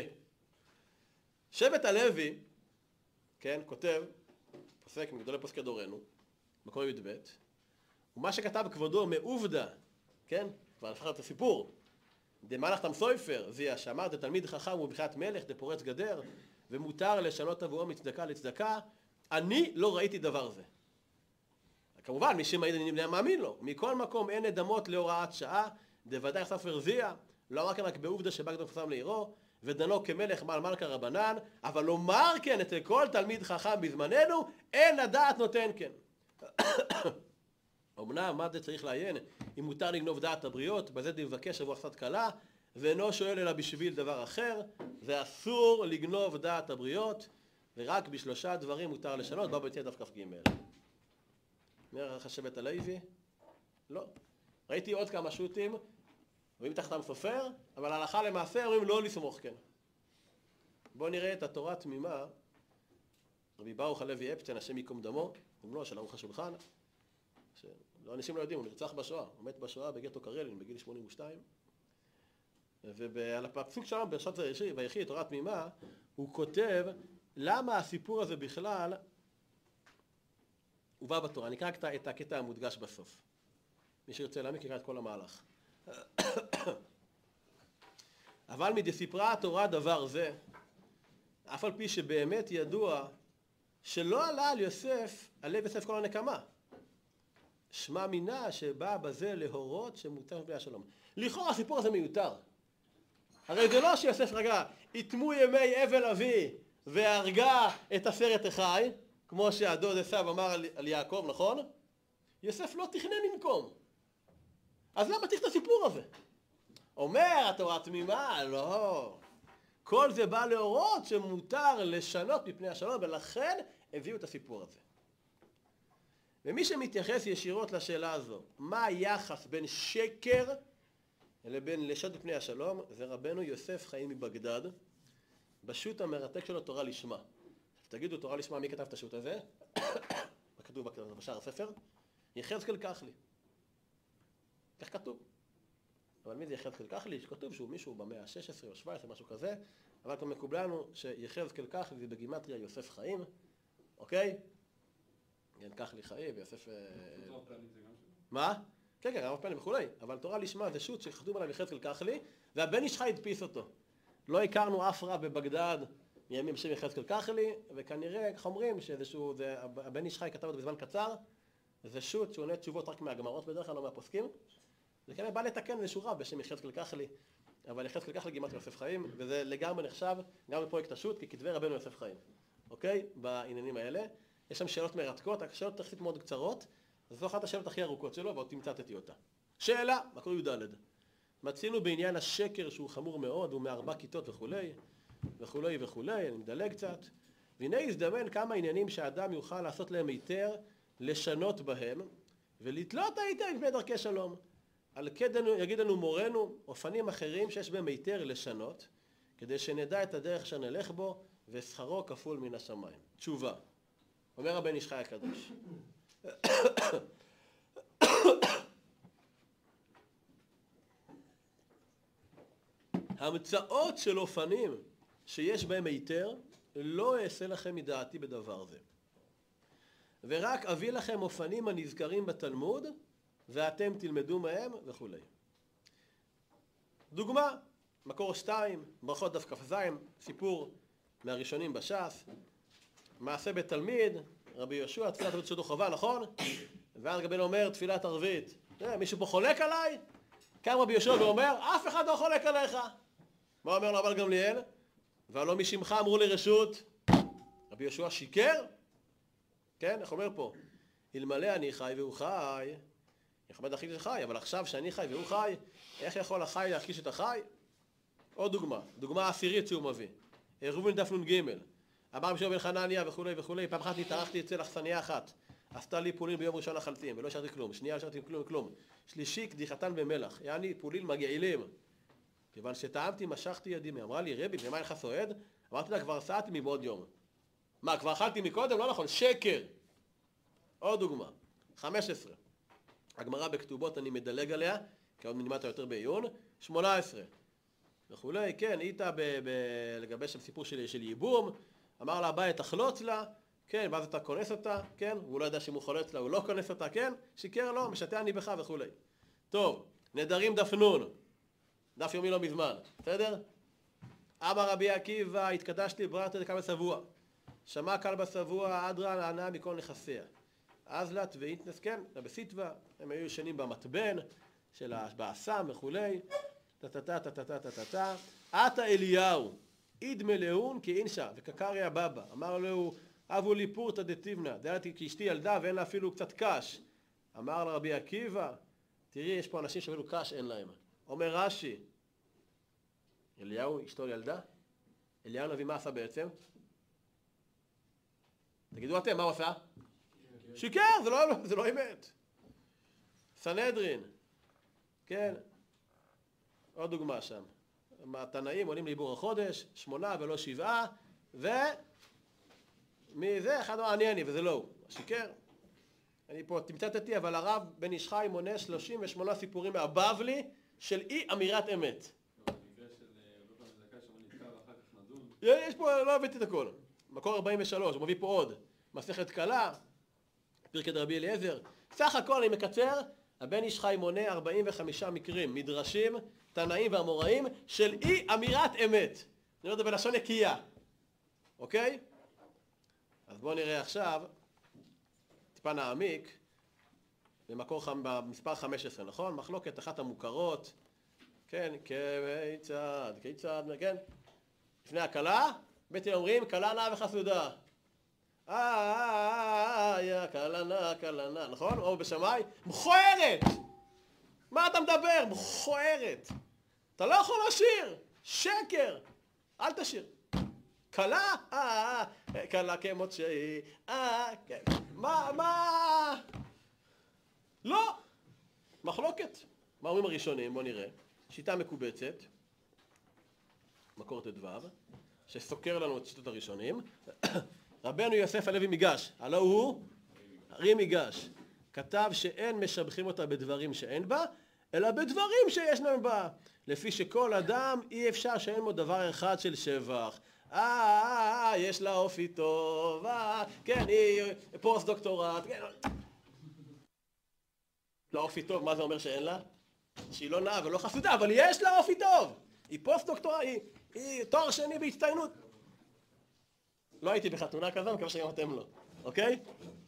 שבט הלוי, כן, כותב, פוסק מגדולי פוסקי דורנו, מקור י"ב, ומה שכתב כבודו מעובדה, כן, כבר הפך את הסיפור, דמלך חתם סופר, זה שאמר, זה תלמיד חכם ובחיית מלך, דפורץ גדר, ומותר לשנות עבורו מצדקה לצדקה, אני לא ראיתי דבר זה. כמובן, מי שמעיד אני מאמין לו. מכל מקום אין אדמות להוראת שעה, דוודאי ספר זיה, לא אמר כן רק בעובדה שבא קדום פסם לעירו, ודנו כמלך מעל מלכה רבנן, אבל לומר כן אצל כל תלמיד חכם בזמננו, אין הדעת נותן כן. אמנם מה זה צריך לעיין? אם מותר לגנוב דעת הבריות, בזה דבקש עבור הכנסת כלה, ואינו שואל אלא בשביל דבר אחר, זה אסור לגנוב דעת הבריות, ורק בשלושה דברים מותר לשנות, בא ביציאה דף כ"ג. אומר לך שבט הלוי? לא. ראיתי עוד כמה שו"תים, רואים תחתם סופר, אבל הלכה למעשה אומרים לא לסמוך כן. בואו נראה את התורה התמימה, רבי ברוך הלוי אפשטיין, השם ייקום דמו, בנו של ערוך השולחן, שאנשים לא יודעים, הוא נרצח בשואה, הוא מת בשואה בגטו קרלין בגיל שמונים ושתיים, ועל הפסוק שם ברשת ויחי, תורה תמימה, הוא כותב למה הסיפור הזה בכלל הובא בתורה. אני אקרא את הקטע המודגש בסוף. מי שירצה להעמיק יקרא את כל המהלך. אבל מדסיפרה התורה דבר זה, אף על פי שבאמת ידוע שלא עלה על יוסף, עלי יוסף כל הנקמה. שמע מינה שבא בזה להורות שמותר בני השלום. לכאורה הסיפור הזה מיותר. הרי זה לא שיוסף רגע, יתמו ימי אבל אבי והרגה את עשרת אחי, כמו שהדוד עשיו אמר על, על יעקב, נכון? יוסף לא תכנן לנקום. אז למה צריך את הסיפור הזה? אומר התורה תמימה, לא. כל זה בא להורות שמותר לשנות מפני השלום, ולכן הביאו את הסיפור הזה. ומי שמתייחס ישירות לשאלה הזו, מה היחס בין שקר לבין לשנות מפני השלום, זה רבנו יוסף חיים מבגדד, בשו"ת המרתק שלו תורה לשמה. תגידו תורה לשמה, מי כתב את השו"ת הזה? מה כתוב בשער הספר? יחזקאל כחלי. כך כתוב. אבל מי זה יחזקאל כחלי? שכתוב שהוא מישהו במאה ה-שש עשרה או שבע עשרה, משהו כזה, אבל כבר מקובל לנו שיחזקאל כחלי זה בגימטריה יוסף חיים, אוקיי? כן, כחלי חיים ויוסף... מה? כן, כן, רב פנים וכולי, אבל תורה לשמה זה שו"ת שכתוב עליו יחזקאל כחלי, והבן איש חי הדפיס אותו. לא הכרנו אף רב בבגדד מימים בשם יחזקאל כחלי, וכנראה, איך אומרים, שאיזשהו, זה, הבן איש חי כתב אותו בזמן קצר, זה שו"ת שהוא עונה תשובות רק מהגמרות בדרך כלל, לא מהפוסקים. זה כנראה בא לתקן איזשהו רב בשם יחזקאל כחלי, אבל יחזקאל כחלי גימטריה יוסף חיים, וזה לגמרי נחשב גם בפרויקט השו"ת ככתבי רבנו יוסף חיים. אוקיי? בעניינים האלה. יש שם שאלות מרתקות, השאלות תחסית מאוד קצרות, זו אחת השאלות הכי ארוכות שלו, ועוד תמצאתי אותה. שאלה, מקור י"ד. מצינו בעניין השקר שהוא חמור מאוד, הוא מארבע כיתות וכולי, וכולי וכולי, אני מדלג קצת. והנה הזדמן כמה עניינים שהאדם יוכל לעשות להם היתר, לשנות בהם, ולתלות ההיתר מפני דרכי שלום. על כדנו, יגיד לנו מורנו, אופנים אחרים שיש בהם היתר לשנות, כדי שנדע את הדרך שנלך בו, ושכרו כפול מן השמיים. תשובה. אומר הבן איש חי הקדוש. המצאות של אופנים שיש בהם היתר, לא אעשה לכם מדעתי בדבר זה. ורק אביא לכם אופנים הנזכרים בתלמוד, ואתם תלמדו מהם וכו'. דוגמה, מקור שתיים, ברכות דף כ"ז, סיפור מהראשונים בש"ס, מעשה בתלמיד, רבי יהושע, תפילת ערבית שודו חובה, נכון? ואז רבנו אומר, תפילת ערבית. מישהו פה חולק עליי? קם רבי יהושע ואומר, אף אחד לא חולק עליך. מה אומר לו רבן גמליאל? והלא משמך אמרו לי רשות. רבי יהושע שיקר? כן, איך אומר פה? אלמלא אני חי והוא חי, יכבד אחי שחי, אבל עכשיו שאני חי והוא חי, איך יכול החי להכיש את החי? עוד דוגמה, דוגמה עשירית שהוא מביא. ראובן דף נ"ג. אמר רבי שמעון בן חנניה וכולי וכולי, פעם אחת נתארחתי אצל אכסניה אחת, עשתה לי פולין ביום ראשון החלטים, ולא השארתי כלום, שנייה לא השארתי כלום וכלום. שלישי קדיחתן במלח, יעני פולין מגעילים. כיוון שטעמתי משכתי ידי, אמרה לי רבי, במה לך סועד? אמרתי לה, כבר סעתי מבעוד יום. מה, כבר אכלתי מקודם? לא נכון, שקר. עוד דוגמה, חמש עשרה. הגמרא בכתובות אני מדלג עליה, כי עוד נלמדת יותר בעיון. שמונה עשרה. וכולי, כן, איתה לגבי שם סיפור של, של ייבום, אמר לה הבית תחלוץ לה, כן, ואז אתה כונס אותה, כן, והוא לא יודע שאם הוא חולץ לה, הוא לא כונס אותה, כן, שיקר לו, משתה אני בך וכולי. טוב, נדרים דף נון, דף יומי לא מזמן, בסדר? אמר רבי עקיבא, התקדשתי בררתי דקה בשבוע, שמע קל בשבוע, אדרא נענה מכל נכסיה. אז לה ואינטנס, כן, בסיטווה, הם היו ישנים במטבן של באסם וכולי, טטטה טטטה טטטה, עתה אליהו, איד מלאון כאינשה, וקקריה בבא, אמר לו, אבו לי פורתא דתיבנא, דלתי כי אשתי ילדה ואין לה אפילו קצת קש. אמר לרבי עקיבא, תראי, יש פה אנשים שאפילו קש אין להם. אומר רש"י, אליהו, אשתו ילדה? אליהו נביא מה עשה בעצם? תגידו אתם, מה הוא עשה? שיקר, זה לא, זה לא אמת. סנהדרין, כן, עוד דוגמה שם. התנאים עולים לעיבור החודש, שמונה ולא שבעה, ומזה אחד אמר אני אני, וזה לא הוא, שיקר. אני פה תמצאתי, אבל הרב בן איש חי מונה שלושים ושמונה סיפורים מהבבלי של אי אמירת אמת. במקרה של רבי זכאי שם נתקע ואחר כך נדון. יש פה, לא הבאתי את הכל. מקור ארבעים ושלוש, הוא מביא פה עוד. מסכת קלה, פרקי דרבי אליעזר. סך הכל אני מקצר, הבן איש חי מונה ארבעים וחמישה מקרים, מדרשים, תנאים ואמוראים של אי אמירת אמת. אני אומר את זה בלשון נקייה. אוקיי? אז בואו נראה עכשיו, טיפה נעמיק, במקור חמ... במספר חמש עשרה, נכון? מחלוקת אחת המוכרות, כן, כיצד, כיצד, כן? לפני הקלה, בית אומרים, קלה נאה וחסודה. אה, יא, קלה נאה, קלה נאה, נכון? או בשמאי, מכוערת! מה אתה מדבר? מכוערת! אתה לא יכול לשיר! שקר! אל תשיר. קלה, אה, קלה כמות שהיא, אה, כן. מה, מה? לא! מחלוקת. מה אומרים הראשונים? בוא נראה. שיטה מקובצת, מקור ט"ו, שסוקר לנו את שיטות הראשונים. רבנו יוסף הלוי מיגש, הלא הוא ארי מיגש, כתב שאין משבחים אותה בדברים שאין בה, אלא בדברים שישנם בה. לפי שכל אדם אי אפשר שאין בו דבר אחד של שבח. אה, אה, אה, יש לה אופי טוב, אה, כן, היא פוסט דוקטורט, כן. לא אופי טוב, מה זה אומר שאין לה? שהיא לא נאה ולא חסודה, אבל יש לה אופי טוב. היא פוסט דוקטורט, היא, היא תואר שני בהצטיינות. לא הייתי בחתונה כזו, מקווה שגם אתם לא, אוקיי?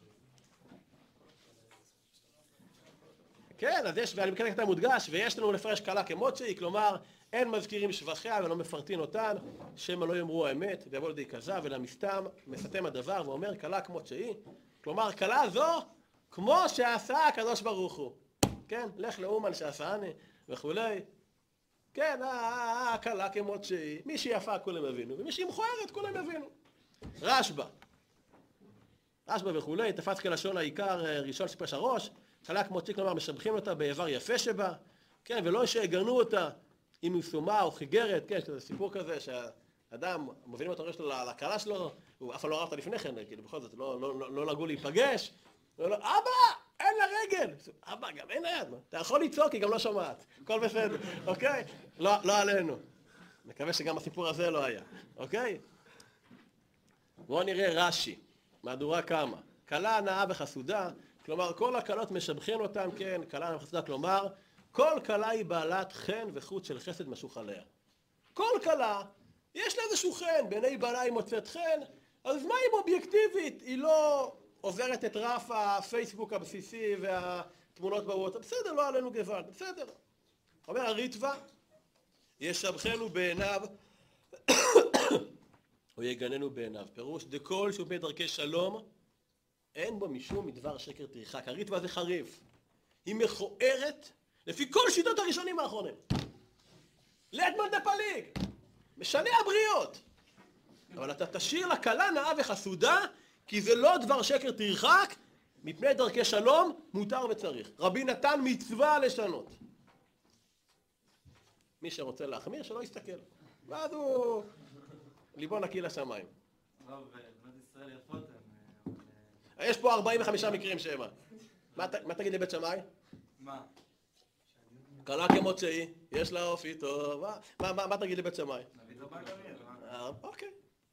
כן, אז יש, ואני מכן כתב מודגש, ויש לנו לפרש קלה כמות שהיא, כלומר, אין מזכירים שבחיה ולא מפרטין אותן, שמא לא יאמרו האמת, ויבוא לידי כזב, אלא מסתם, מסתם הדבר, ואומר קלה כמות שהיא, כלומר, קלה זו, כמו שעשה הקדוש ברוך הוא. כן, לך לאומן שעשני, וכולי. כן, אה, קלה כמות שהיא, מי שיפה כולם הבינו, ומי שהיא מכוערת כולם הבינו. רשב"א, רשב"א וכולי, תפס כלשון העיקר ראשון שפש הראש, קלה כמות שהיא, כלומר משבחים אותה באיבר יפה שבה, כן, ולא שיגנו אותה אם היא סומה או חיגרת, כן, יש כזה סיפור כזה שהאדם, מובילים את הראש שלו לקלה שלו, הוא אף לא ראה אותה לפני כן, כאילו בכל זאת, לא, לא, לא, לא לגו להיפגש, לא, לא, אבא, אין לה רגל, אבא, גם אין לה יד, אתה יכול לצעוק, היא גם לא שומעת, הכל בסדר, אוקיי? לא, לא עלינו, מקווה שגם הסיפור הזה לא היה, אוקיי? בואו נראה רש"י, מהדורה כמה, קלה נאה וחסודה, כלומר כל הקלות משבחים אותם, כן, קלה נאה וחסודה, כלומר כל קלה היא בעלת חן וחוט של חסד משוך עליה. כל קלה, יש לה איזשהו חן, בעיני בעלה היא מוצאת חן, אז מה אם אובייקטיבית? היא לא עוברת את רף הפייסבוק הבסיסי והתמונות בוואטסאפ, בסדר, לא עלינו גוון, בסדר. אומר הריטב"א, ישבחנו בעיניו, או יגננו בעיניו. פירוש, דכל שהוא בדרכי שלום, אין בו משום מדבר שקר תרחק. הריטב"א זה חריף. היא מכוערת לפי כל שיטות הראשונים האחרונים. לטמן דה פליג, משנה הבריות. אבל אתה תשאיר לה קלה נאה וחסודה, כי זה לא דבר שקר תרחק, מפני דרכי שלום מותר וצריך. רבי נתן מצווה לשנות. מי שרוצה להחמיר שלא יסתכל. ואז הוא ליבו נקי לשמיים. טוב, בנות ישראל יפות הם... יש פה ארבעים וחמישה מקרים שמה. מה תגיד לבית שמאי? מה? קלה כמות שהיא, יש לה אופי טוב. מה תגיד לבית שמאי? נביא טובה גמיר. אוקיי.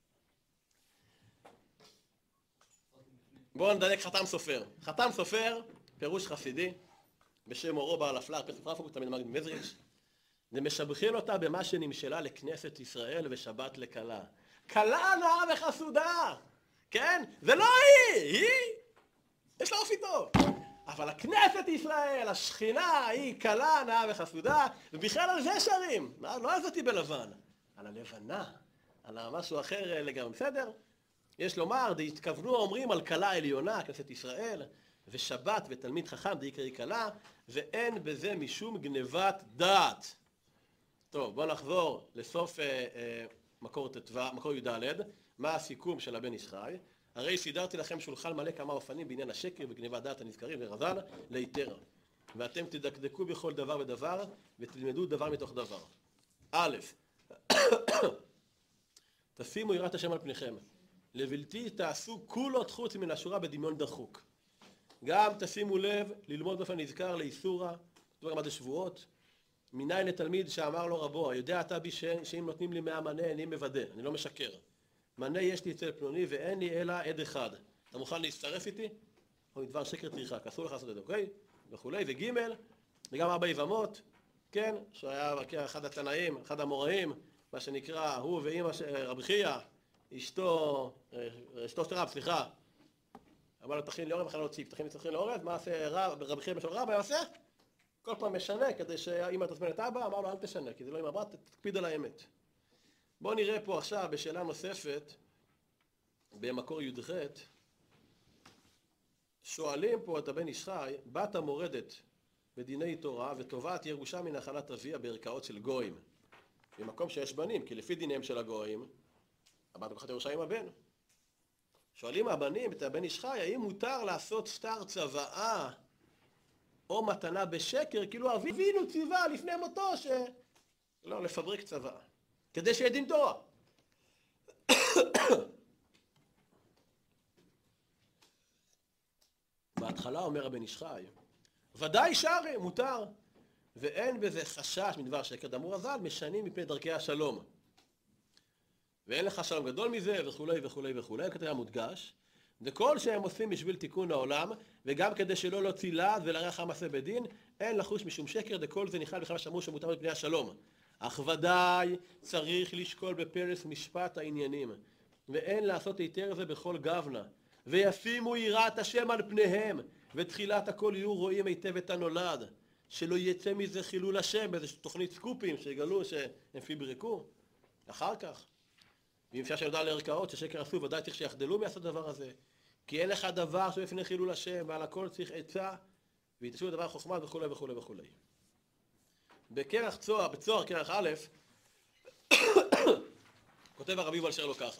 בואו נדלק חתם סופר. חתם סופר, פירוש חסידי, בשם מורו בעל הפלג, פסח רפוק, תמיד מגד מזריץ'. ומשבחים אותה במה שנמשלה לכנסת ישראל ושבת לקלה. קלה נאה וחסודה, כן? זה לא היא, היא, יש לה אופי טוב. אבל הכנסת ישראל, השכינה, היא קלה נאה וחסודה, ובכלל על זה שרים. לא על זאתי בלבן, על הלבנה, על משהו אחר לגמרי, בסדר? יש לומר, די התכוונו אומרים על קלה עליונה, כנסת ישראל, ושבת ותלמיד חכם די יקראי קלה, ואין בזה משום גנבת דעת. טוב, בואו נחזור לסוף אה, אה, מקור ט"ו, מקור י"ד, מה הסיכום של הבן איש חי. הרי סידרתי לכם שולחן מלא כמה אופנים בעניין השקר וגנבת דעת הנזכרים ורז"ל ליתר. ואתם תדקדקו בכל דבר ודבר ותלמדו דבר מתוך דבר. א', תשימו יראת השם על פניכם. לבלתי תעשו כולות חוץ מן השורה בדמיון דחוק. גם תשימו לב ללמוד באופן נזכר לאיסורה, דבר מה זה שבועות. מניין לתלמיד שאמר לו רבו, יודע אתה בי שאם נותנים לי מאה מנה אני מוודא, אני לא משקר. מנה יש לי אצל פלוני ואין לי אלא עד אחד. אתה מוכן להצטרף איתי? או מדבר שקר תרחק, אסור לך לעשות את זה, אוקיי? וכולי, וגימל, וגם ארבע יבמות, כן? שהיה אחד התנאים, אחד המוראים, מה שנקרא, הוא ואמא רבי חייא, אשתו, אשתו של רב, סליחה, אמר לו תכין לאורז וחייל להוציא, תכין תכין לאורז, מה עושה רב, רבי חייא בשל רבא עושה? כל פעם משנה כדי שאמא תזמן את אבא, אמר לו אל תשנה, כי זה לא עם הבת, תקפיד על האמת. בואו נראה פה עכשיו בשאלה נוספת, במקור י"ח, שואלים פה את הבן איש חי, בת המורדת בדיני תורה ותובעת ירושה מנחלת אביה בערכאות של גויים. במקום שיש בנים, כי לפי דיניהם של הגויים, הבת לוקחת ירושה עם הבן. שואלים הבנים את הבן איש חי, האם מותר לעשות שטר צוואה או מתנה בשקר, כאילו אבינו ציווה לפני מותו ש... לא, לפברק צוואה, כדי שיהיה דין תורה. בהתחלה אומר הבן איש חי, ודאי שרי, מותר, ואין בזה חשש מדבר שקר, דאמרו רז"ל, משנים מפני דרכי השלום. ואין לך שלום גדול מזה, וכולי וכולי וכולי, כתוב מודגש, וכל שהם עושים בשביל תיקון העולם, וגם כדי שלא להוציא לעד ולארח המעשה בדין, אין לחוש משום שקר, דכל זה נכלל בכלל שאמרו שמותר מפני השלום. אך ודאי צריך לשקול בפרס משפט העניינים, ואין לעשות היתר זה בכל גוונה, וישימו יראת השם על פניהם, ותחילת הכל יהיו רואים היטב את הנולד, שלא יצא מזה חילול השם באיזו תוכנית סקופים שיגלו שהם פיברקו. אחר כך, ואם אפשר שנודע לערכאות ששקר עשו, ודאי צריך שיחדלו מעשות הדבר הזה, כי אין לך דבר שבפני חילול השם, ועל הכל צריך עצה, ויתשו לדבר חוכמה וכו' וכו' וכו'. בכרך צוהר, בצוהר כרך א', כותב הרבי יובל שרלו ככה,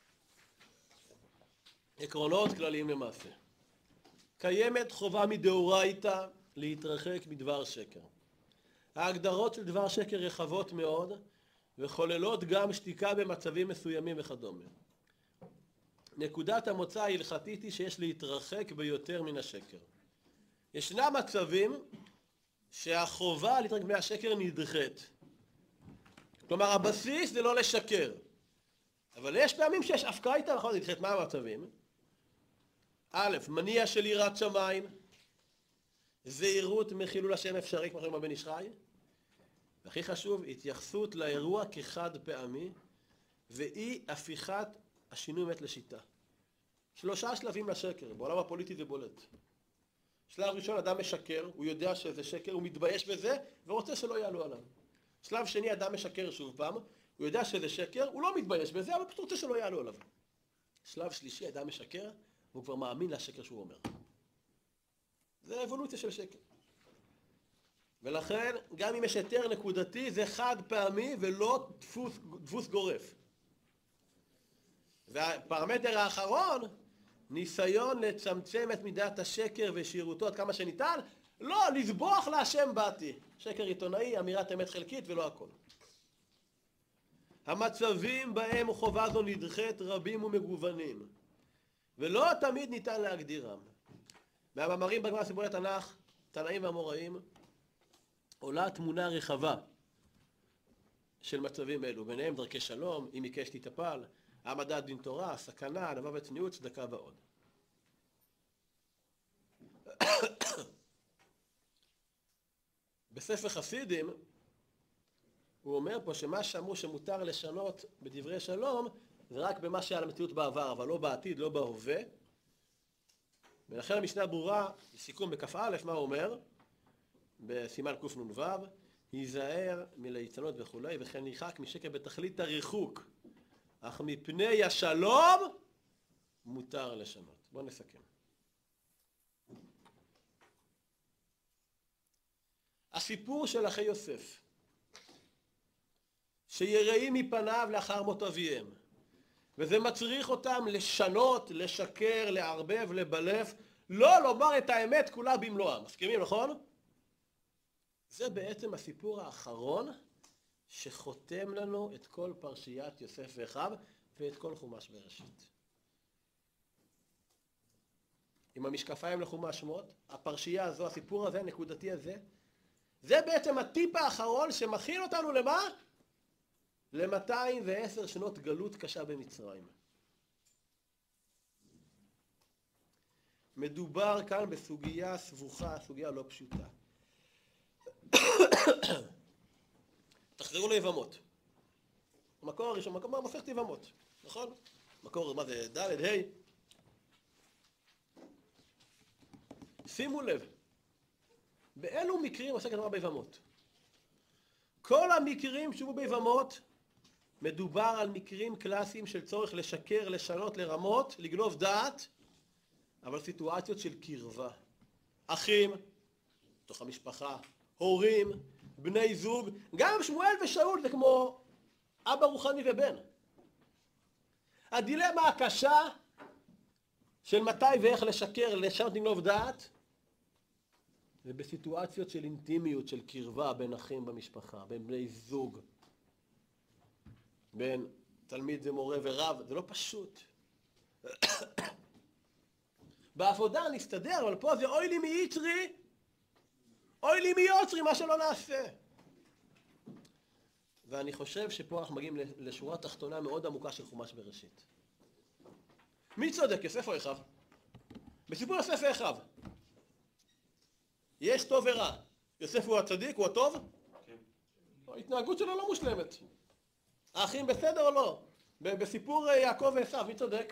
עקרונות כלליים למעשה. קיימת חובה מדאורייתא להתרחק מדבר שקר. ההגדרות של דבר שקר רחבות מאוד, וכוללות גם שתיקה במצבים מסוימים וכדומה. נקודת המוצא ההלכתית היא שיש להתרחק ביותר מן השקר. ישנם מצבים שהחובה להתרחק מהשקר נדחית. כלומר, הבסיס זה לא לשקר. אבל יש פעמים שיש הפקעה איתה, נכון, זה נדחית. מה המצבים? א', מניע של יראת שמיים, זהירות מחילול השם אפשרי, כמו שאומר הבן איש חי, והכי חשוב, התייחסות לאירוע כחד פעמי, ואי הפיכת השינוי מת לשיטה. שלושה שלבים לשקר, בעולם הפוליטי זה בולט. שלב ראשון, אדם משקר, הוא יודע שזה שקר, הוא מתבייש בזה, ורוצה שלא יעלו עליו. שלב שני, אדם משקר שוב פעם, הוא יודע שזה שקר, הוא לא מתבייש בזה, אבל פשוט רוצה שלא יעלו עליו. שלב שלישי, אדם משקר, והוא כבר מאמין לשקר שהוא אומר. זה אבולוציה של שקר. ולכן, גם אם יש היתר נקודתי, זה חד פעמי ולא דפוס, דפוס גורף. והפרמטר האחרון, ניסיון לצמצם את מידת השקר ושירותו עד כמה שניתן, לא, לסבוח להשם באתי. שקר עיתונאי, אמירת אמת חלקית ולא הכל. המצבים בהם חובה זו נדחית רבים ומגוונים, ולא תמיד ניתן להגדירם. מהמאמרים בגמרא סיפורי תנ"ך, תנאים ואמוראים, עולה תמונה רחבה של מצבים אלו, ביניהם דרכי שלום, אם יקש תטפל, העמדת דין תורה, סכנה, ענווה וצניעות, צדקה ועוד. בספר חסידים הוא אומר פה שמה שאמרו שמותר לשנות בדברי שלום זה רק במה שהיה למציאות בעבר, אבל לא בעתיד, לא בהווה. ולכן המשנה ברורה, לסיכום בכף א', מה הוא אומר? בסימן קנ"ו, היזהר מליצנות וכולי, וכן נרחק משקר בתכלית הריחוק, אך מפני השלום מותר לשנות. בואו נסכם. הסיפור של אחי יוסף, שיראים מפניו לאחר מות אביהם, וזה מצריך אותם לשנות, לשקר, לערבב, לבלף, לא לומר את האמת כולה במלואה. מסכימים, נכון? זה בעצם הסיפור האחרון שחותם לנו את כל פרשיית יוסף ואחיו ואת כל חומש בראשית. עם המשקפיים לחומש שמות, הפרשייה הזו, הסיפור הזה, הנקודתי הזה, זה בעצם הטיפ האחרון שמכין אותנו למה? ל-מאתיים ועשר שנות גלות קשה במצרים. מדובר כאן בסוגיה סבוכה, סוגיה לא פשוטה. תחזרו ליבמות. המקור הראשון, מקור מסכת יבמות, נכון? מקור, מה זה, ד' ה'. שימו לב, באילו מקרים עוסקת הגמרא ביבמות? כל המקרים שהובאו ביבמות, מדובר על מקרים קלאסיים של צורך לשקר, לשנות, לרמות, לגנוב דעת, אבל סיטואציות של קרבה. אחים, תוך המשפחה, הורים, בני זוג, גם שמואל ושאול זה כמו אבא רוחני ובן. הדילמה הקשה של מתי ואיך לשקר, לשנות, לגנוב דעת, זה בסיטואציות של אינטימיות, של קרבה בין אחים במשפחה, בין בני זוג, בין תלמיד ומורה ורב, זה לא פשוט. בעבודה נסתדר, אבל פה זה אוי לי מי יצרי, אוי לי מי יוצרי, מה שלא נעשה. ואני חושב שפה אנחנו מגיעים לשורה תחתונה מאוד עמוקה של חומש בראשית. מי צודק, יוסף או אחיו? בסיפור יוסף ואחיו. יש טוב ורע. יוסף הוא הצדיק, הוא הטוב? כן. ההתנהגות שלו לא מושלמת. האחים בסדר או לא? בסיפור יעקב ועשיו, מי צודק?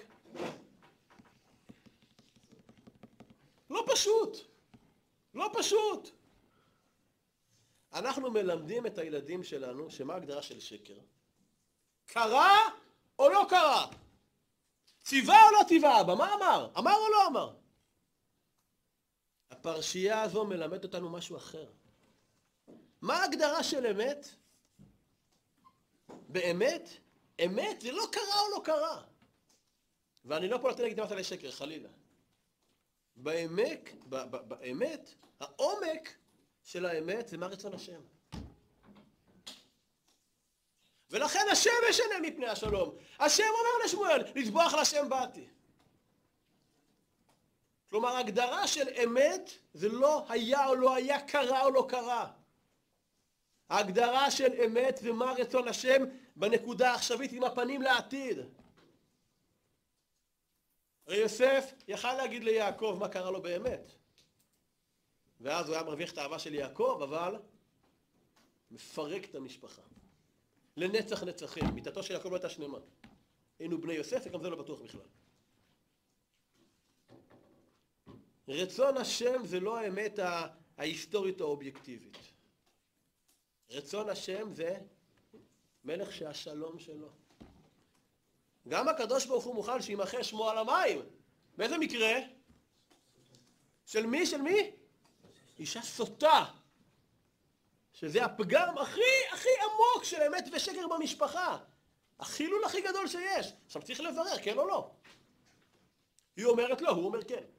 לא פשוט. לא פשוט. אנחנו מלמדים את הילדים שלנו שמה ההגדרה של שקר? קרה או לא קרה? ציווה או לא ציווה אבא? מה אמר? אמר או לא אמר? הפרשייה הזו מלמד אותנו משהו אחר. מה ההגדרה של אמת? באמת? אמת זה לא קרה או לא קרה. ואני לא פה לתת לגיטימציה לשקר, חלילה. באמת, באמת, העומק של האמת זה מה רצון השם. ולכן השם משנה מפני השלום. השם אומר לשמואל, לטבוח לשם באתי. כלומר, ההגדרה של אמת זה לא היה או לא היה, קרה או לא קרה. ההגדרה של אמת זה מה רצון השם בנקודה העכשווית עם הפנים לעתיד. הרי יוסף יכל להגיד ליעקב מה קרה לו באמת. ואז הוא היה מרוויח את האהבה של יעקב, אבל מפרק את המשפחה. לנצח נצחים. מיתתו של יעקב לא הייתה שלמה. היינו בני יוסף, וגם זה לא בטוח בכלל. רצון השם זה לא האמת ההיסטורית או האובייקטיבית. רצון השם זה מלך שהשלום שלו. גם הקדוש ברוך הוא מוכן שימחה שמו על המים. באיזה מקרה? של מי? של מי? אישה סוטה. שזה הפגם הכי הכי עמוק של אמת ושקר במשפחה. החילול הכי גדול שיש. עכשיו צריך לברר, כן או לא? היא אומרת לא, הוא אומר כן.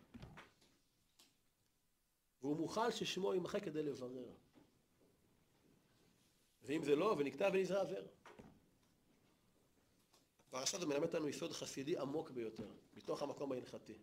והוא מוכן ששמו יימחה כדי לברר. ואם זה לא, ונקטע ונזרע עבר. הפרשה הזו מלמד לנו יסוד חסידי עמוק ביותר, מתוך המקום ההלכתי.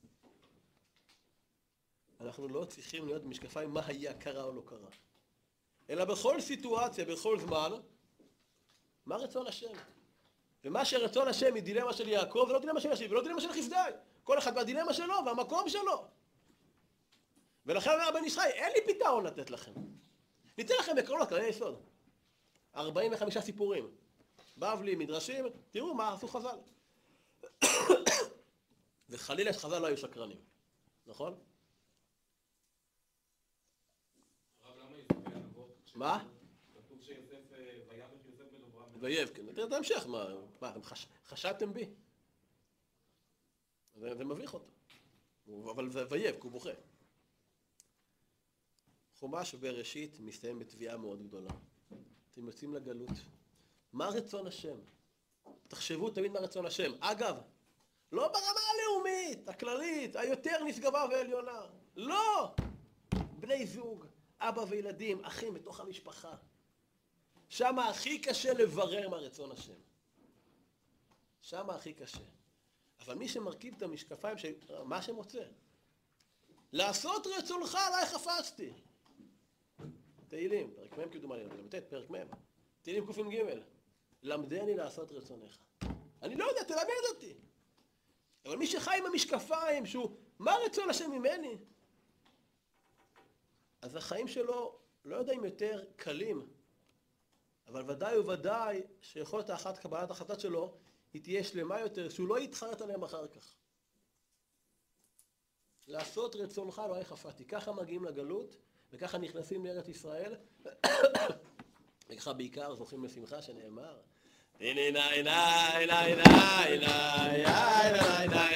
אנחנו לא צריכים להיות במשקפיים מה היה, קרה או לא קרה. אלא בכל סיטואציה, בכל זמן, מה רצון השם? ומה שרצון השם היא דילמה של יעקב, זה לא דילמה של ישיב, ולא דילמה של חסדי. כל אחד והדילמה שלו והמקום שלו. ולכן אומר בן ישראל, אין לי פתרון לתת לכם. ניתן לכם עקרונות, כללי יסוד. ארבעים וחמישה סיפורים. בבלי, מדרשים, תראו מה עשו חז"ל. וחלילה שחז"ל לא היו שקרנים. נכון? מה? כתוב שיוסף ויבך יוסף בן אברהם. וייב, כן. תראה את ההמשך, מה, מה, אתם חש, חשדתם בי? זה, זה מביך אותו. אבל זה וייב, כי הוא בוכה. חומש בראשית מסתיים בתביעה מאוד גדולה. אתם יוצאים לגלות. מה רצון השם? תחשבו תמיד מה רצון השם. אגב, לא ברמה הלאומית, הכללית, היותר נשגבה ועליונה. לא! בני זוג, אבא וילדים, אחים בתוך המשפחה. שם הכי קשה לברר מה רצון השם. שם הכי קשה. אבל מי שמרכיב את המשקפיים, ש... מה שמוצא? לעשות רצונך עליי חפצתי. תהילים, פרק מ' כדומה לי, למתת פרק מ'. תהילים קופים ג' למדני לעשות רצונך. אני לא יודע, תלמד אותי. אבל מי שחי עם המשקפיים, שהוא, מה רצון השם ממני? אז החיים שלו, לא יודע אם יותר קלים, אבל ודאי וודאי שיכולת האחת קבלת החלטות שלו, היא תהיה שלמה יותר, שהוא לא יתחרט עליהם אחר כך. לעשות רצונך לא חפצתי. ככה מגיעים לגלות, וככה נכנסים לארץ ישראל, וככה בעיקר זוכים לשמחה שנאמר.